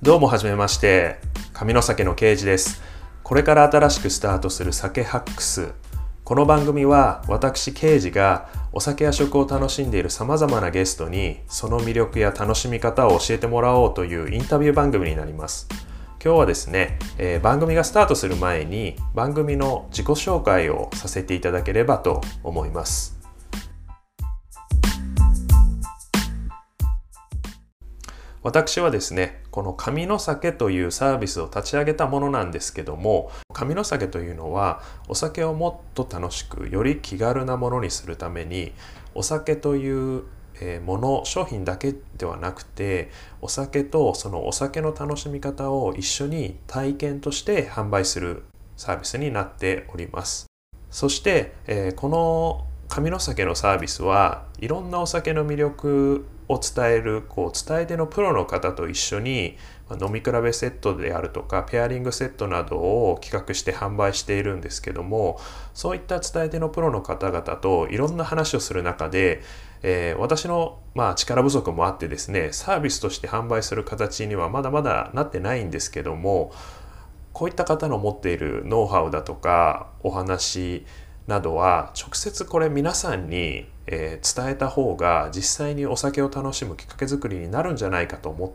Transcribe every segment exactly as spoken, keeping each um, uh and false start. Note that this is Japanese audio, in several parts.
どうもはじめまして、上酒の圭司です。これから新しくスタートする酒ハックス。この番組は私圭司がお酒や食を楽しんでいるさまざまなゲストにその魅力や楽しみ方を教えてもらおうというインタビュー番組になります。今日はですね、えー、番組がスタートする前に番組の自己紹介をさせていただければと思います。私はですね、この上の酒というサービスを立ち上げたものなんですけども、上の酒というのはお酒をもっと楽しくより気軽なものにするために、お酒というもの、商品だけではなくて、お酒とそのお酒の楽しみ方を一緒に体験として販売するサービスになっております。そして、えー、この上の酒のサービスはいろんなお酒の魅力を伝えるこう伝え手のプロの方と一緒に飲み比べセットであるとかペアリングセットなどを企画して販売しているんですけども、そういった伝え手のプロの方々といろんな話をする中で、えー、私の、まあ、力不足もあってですね、サービスとして販売する形にはまだまだなってないんですけども、こういった方の持っているノウハウだとかお話などは直接これ皆さんに、えー、伝えた方が実際にお酒を楽しむきっかけ作りになるんじゃないかと思って、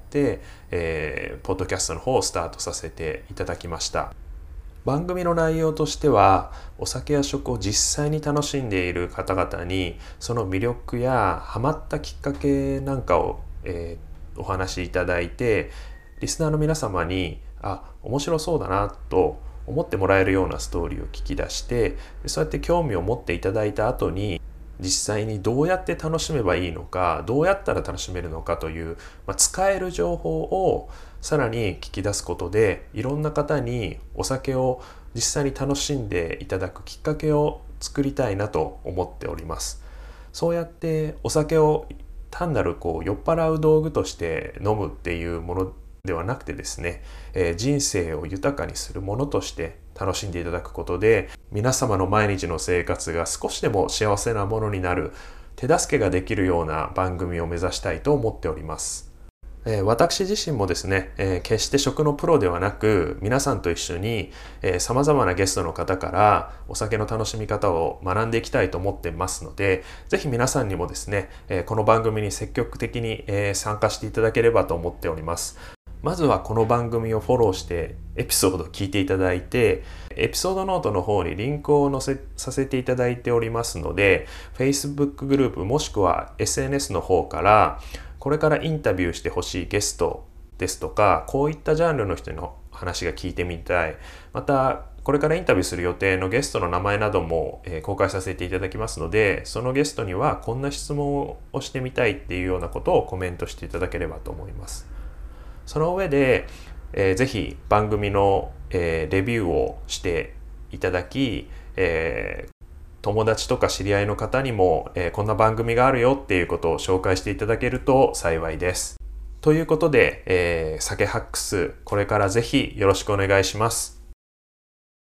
えー、ポッドキャストの方をスタートさせていただきました。番組の内容としては、お酒や食を実際に楽しんでいる方々にその魅力やハマったきっかけなんかを、えー、お話しいただいて、リスナーの皆様にあ、面白そうだなと思ってもらえるようなストーリーを聞き出して、そうやって興味を持っていただいた後に実際にどうやって楽しめばいいのか、どうやったら楽しめるのかという、まあ、使える情報をさらに聞き出すことで、いろんな方にお酒を実際に楽しんでいただくきっかけを作りたいなと思っております。そうやってお酒を単なるこう酔っ払う道具として飲むっていうものではなくてですね、えー、人生を豊かにするものとして楽しんでいただくことで、皆様の毎日の生活が少しでも幸せなものになる手助けができるような番組を目指したいと思っております。えー、私自身もですね、えー、決して食のプロではなく、皆さんと一緒にさまざまなゲストの方からお酒の楽しみ方を学んでいきたいと思ってますので、ぜひ皆さんにもですね、えー、この番組に積極的に、えー、参加していただければと思っております。まずはこの番組をフォローしてエピソードを聞いていただいて、エピソードノートの方にリンクを載せさせていただいておりますので、 Facebook グループもしくは エスエヌエス の方からこれからインタビューしてほしいゲストですとか、こういったジャンルの人の話が聞いてみたい、またこれからインタビューする予定のゲストの名前なども公開させていただきますので、そのゲストにはこんな質問をしてみたいっていうようなことをコメントしていただければと思います。その上で、えー、ぜひ番組の、えー、レビューをしていただき、えー、友達とか知り合いの方にも、えー、こんな番組があるよっていうことを紹介していただけると幸いです。ということで、えー、酒ハックス、これからぜひよろしくお願いします。